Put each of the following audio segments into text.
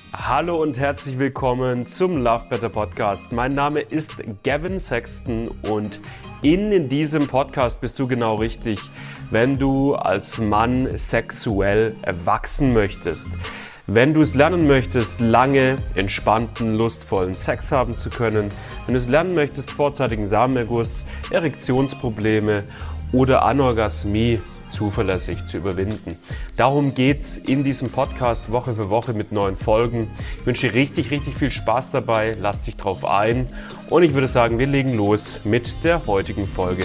Hallo und herzlich willkommen zum Love Better Podcast. Mein Name ist Gavin Sexton und in diesem Podcast bist du genau richtig, wenn du als Mann sexuell erwachsen möchtest. Wenn du es lernen möchtest, lange, entspannten, lustvollen Sex haben zu können, wenn du es lernen möchtest, vorzeitigen Samenerguss, Erektionsprobleme oder Anorgasmie zuverlässig zu überwinden. Darum geht's in diesem Podcast Woche für Woche mit neuen Folgen. Ich wünsche dir richtig viel Spaß dabei, lass dich drauf ein und ich würde sagen, wir legen los mit der heutigen Folge.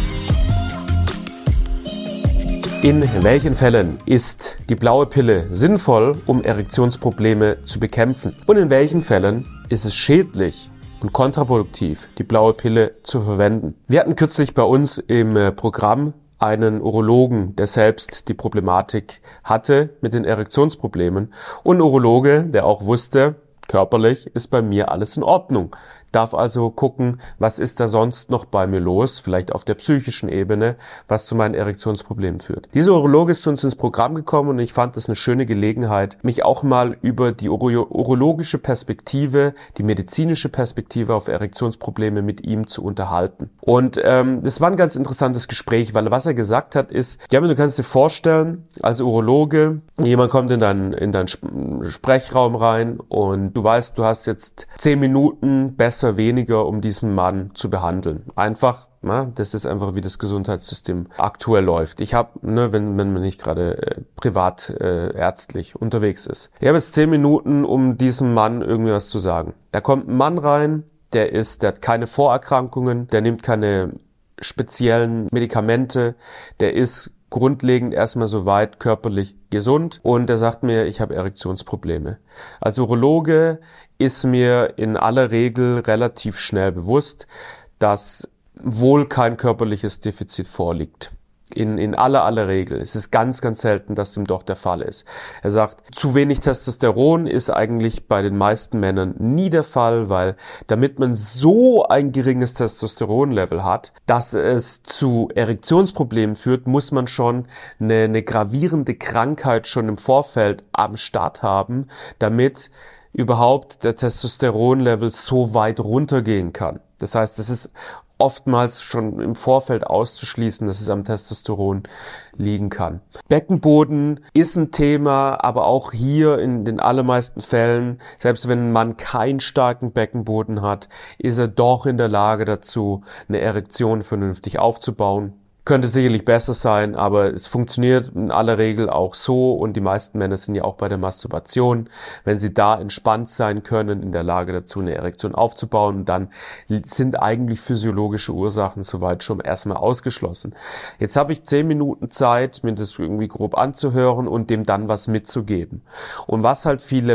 In welchen Fällen ist die blaue Pille sinnvoll, um Erektionsprobleme zu bekämpfen? Und in welchen Fällen ist es schädlich und kontraproduktiv, die blaue Pille zu verwenden? Wir hatten kürzlich bei uns im Programm einen Urologen, der selbst die Problematik hatte mit den Erektionsproblemen und ein Urologe, der auch wusste, körperlich ist bei mir alles in Ordnung. Darf also gucken, was ist da sonst noch bei mir los, vielleicht auf der psychischen Ebene, was zu meinen Erektionsproblemen führt. Dieser Urologe ist zu uns ins Programm gekommen und ich fand das eine schöne Gelegenheit, mich auch mal über die urologische Perspektive, die medizinische Perspektive auf Erektionsprobleme mit ihm zu unterhalten. Und das war ein ganz interessantes Gespräch, weil was er gesagt hat ist, ja, du kannst dir vorstellen, als Urologe, jemand kommt in deinen Sprechraum rein und du weißt, du hast jetzt 10 Minuten besser weniger, um diesen Mann zu behandeln. Einfach, das ist einfach, wie das Gesundheitssystem aktuell läuft. Ich habe, wenn man nicht gerade privat ärztlich unterwegs ist. Ich habe jetzt 10 Minuten, um diesem Mann irgendwie was zu sagen. Da kommt ein Mann rein, der hat keine Vorerkrankungen, der nimmt keine speziellen Medikamente, der ist grundlegend erstmal soweit körperlich gesund und der sagt mir, ich habe Erektionsprobleme. Als Urologe ist mir in aller Regel relativ schnell bewusst, dass wohl kein körperliches Defizit vorliegt. In aller Regel. Es ist ganz selten, dass dem doch der Fall ist. Er sagt, zu wenig Testosteron ist eigentlich bei den meisten Männern nie der Fall, weil damit man so ein geringes Testosteronlevel hat, dass es zu Erektionsproblemen führt, muss man schon eine gravierende Krankheit schon im Vorfeld am Start haben, damit überhaupt der Testosteronlevel so weit runtergehen kann. Das heißt, es ist oftmals schon im Vorfeld auszuschließen, dass es am Testosteron liegen kann. Beckenboden ist ein Thema, aber auch hier in den allermeisten Fällen, selbst wenn ein Mann keinen starken Beckenboden hat, ist er doch in der Lage dazu, eine Erektion vernünftig aufzubauen. Könnte sicherlich besser sein, aber es funktioniert in aller Regel auch so und die meisten Männer sind ja auch bei der Masturbation, wenn sie da entspannt sein können, in der Lage dazu, eine Erektion aufzubauen, dann sind eigentlich physiologische Ursachen soweit schon erstmal ausgeschlossen. Jetzt habe ich 10 Minuten Zeit, mir das irgendwie grob anzuhören und dem dann was mitzugeben. Und was halt viele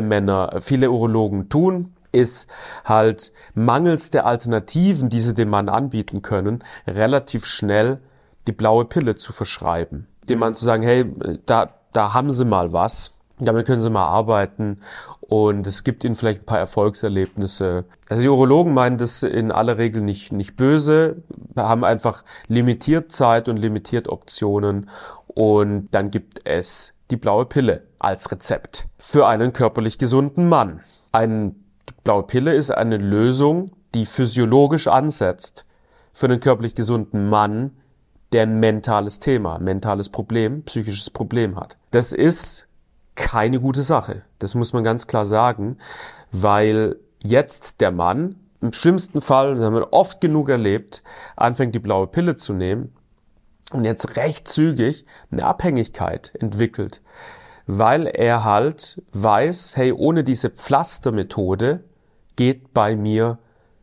Urologen tun, ist halt mangels der Alternativen, die sie dem Mann anbieten können, relativ schnell die blaue Pille zu verschreiben. Dem Mann zu sagen, hey, da haben Sie mal was, damit können Sie mal arbeiten und es gibt Ihnen vielleicht ein paar Erfolgserlebnisse. Also die Urologen meinen das in aller Regel nicht böse, haben einfach limitiert Zeit und limitiert Optionen und dann gibt es die blaue Pille als Rezept für einen körperlich gesunden Mann. Die blaue Pille ist eine Lösung, die physiologisch ansetzt für einen körperlich gesunden Mann, der ein mentales Thema, ein mentales Problem, psychisches Problem hat. Das ist keine gute Sache. Das muss man ganz klar sagen, weil jetzt der Mann im schlimmsten Fall, das haben wir oft genug erlebt, anfängt die blaue Pille zu nehmen und jetzt recht zügig eine Abhängigkeit entwickelt, weil er halt weiß, hey, ohne diese Pflastermethode geht bei mir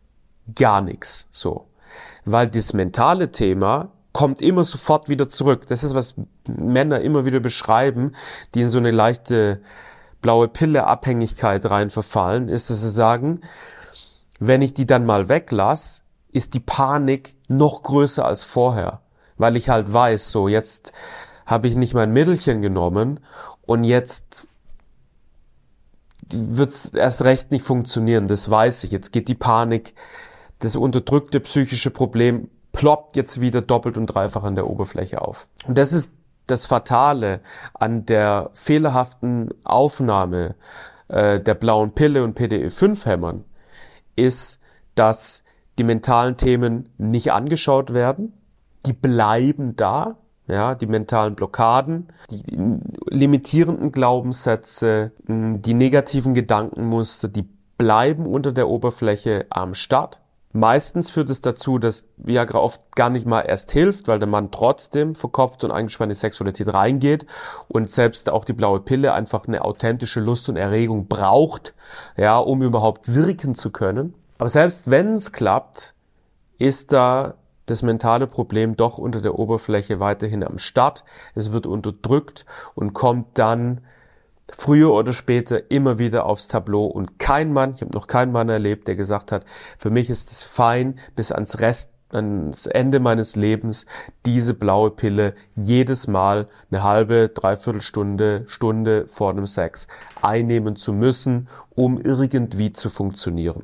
gar nichts so. Weil das mentale Thema kommt immer sofort wieder zurück. Das ist, was Männer immer wieder beschreiben, die in so eine leichte blaue Pille-Abhängigkeit rein verfallen, ist, dass sie sagen, wenn ich die dann mal weglasse, ist die Panik noch größer als vorher. Weil ich halt weiß, so jetzt habe ich nicht mein Mittelchen genommen und jetzt wird's erst recht nicht funktionieren. Das weiß ich. Jetzt geht die Panik, das unterdrückte psychische Problem ploppt jetzt wieder doppelt und dreifach an der Oberfläche auf. Und das ist das Fatale an der fehlerhaften Aufnahme der blauen Pille und PDE5-Hämmern ist, dass die mentalen Themen nicht angeschaut werden. Die bleiben da. Ja, die mentalen Blockaden, die limitierenden Glaubenssätze, die negativen Gedankenmuster, die bleiben unter der Oberfläche am Start. Meistens führt es dazu, dass Viagra oft gar nicht mal erst hilft, weil der Mann trotzdem verkopft und eingespannt in die Sexualität reingeht und selbst auch die blaue Pille einfach eine authentische Lust und Erregung braucht, ja, um überhaupt wirken zu können. Aber selbst wenn es klappt, ist da das mentale Problem doch unter der Oberfläche weiterhin am Start. Es wird unterdrückt und kommt dann früher oder später immer wieder aufs Tableau. Und kein Mann, ich habe noch keinen Mann erlebt, der gesagt hat, für mich ist es fein, bis ans Ende meines Lebens diese blaue Pille jedes Mal eine halbe, dreiviertel Stunde vor dem Sex einnehmen zu müssen, um irgendwie zu funktionieren.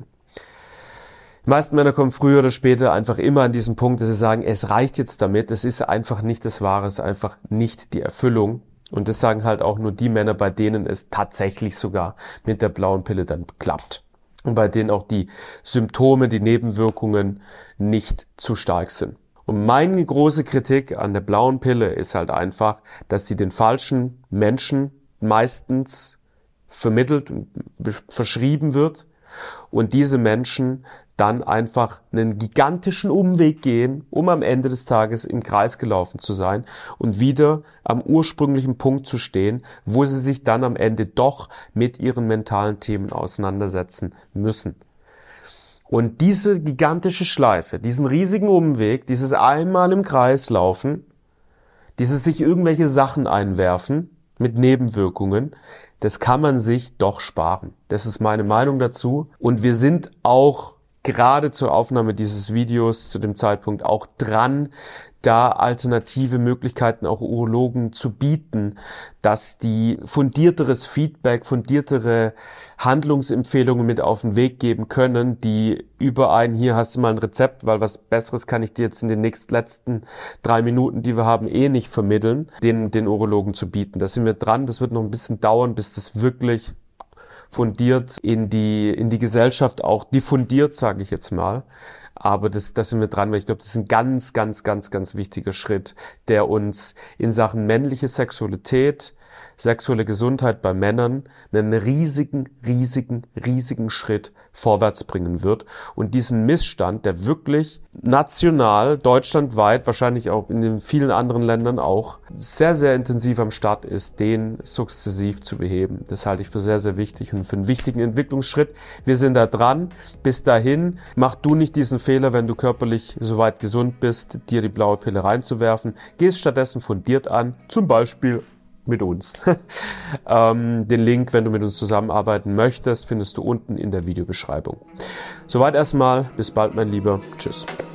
Die meisten Männer kommen früher oder später einfach immer an diesen Punkt, dass sie sagen, es reicht jetzt damit, es ist einfach nicht das Wahre, es ist einfach nicht die Erfüllung. Und das sagen halt auch nur die Männer, bei denen es tatsächlich sogar mit der blauen Pille dann klappt. Und bei denen auch die Symptome, die Nebenwirkungen nicht zu stark sind. Und meine große Kritik an der blauen Pille ist halt einfach, dass sie den falschen Menschen meistens vermittelt und verschrieben wird und diese Menschen dann einfach einen gigantischen Umweg gehen, um am Ende des Tages im Kreis gelaufen zu sein und wieder am ursprünglichen Punkt zu stehen, wo sie sich dann am Ende doch mit ihren mentalen Themen auseinandersetzen müssen. Und diese gigantische Schleife, diesen riesigen Umweg, dieses einmal im Kreis laufen, dieses sich irgendwelche Sachen einwerfen mit Nebenwirkungen, das kann man sich doch sparen. Das ist meine Meinung dazu. Und wir sind auch gerade zur Aufnahme dieses Videos zu dem Zeitpunkt auch dran, da alternative Möglichkeiten auch Urologen zu bieten, dass die fundierteres Feedback, fundiertere Handlungsempfehlungen mit auf den Weg geben können, die über ein, hier hast du mal ein Rezept, weil was Besseres kann ich dir jetzt in den letzten 3 Minuten, die wir haben, nicht vermitteln, den Urologen zu bieten. Da sind wir dran, das wird noch ein bisschen dauern, bis das wirklich fundiert in die Gesellschaft auch diffundiert, sage ich jetzt mal. Aber das sind wir dran, weil ich glaube, das ist ein ganz, ganz, ganz, ganz wichtiger Schritt, der uns in Sachen männliche Sexualität, sexuelle Gesundheit bei Männern einen riesigen, riesigen, riesigen Schritt vorwärts bringen wird. Und diesen Missstand, der wirklich national, deutschlandweit, wahrscheinlich auch in den vielen anderen Ländern auch, sehr, sehr intensiv am Start ist, den sukzessiv zu beheben. Das halte ich für sehr, sehr wichtig und für einen wichtigen Entwicklungsschritt. Wir sind da dran. Bis dahin, mach du nicht diesen Fehler, wenn du körperlich soweit gesund bist, dir die blaue Pille reinzuwerfen. Geh es stattdessen fundiert an, zum Beispiel mit uns. Den Link, wenn du mit uns zusammenarbeiten möchtest, findest du unten in der Videobeschreibung. Soweit erstmal. Bis bald, mein Lieber. Tschüss.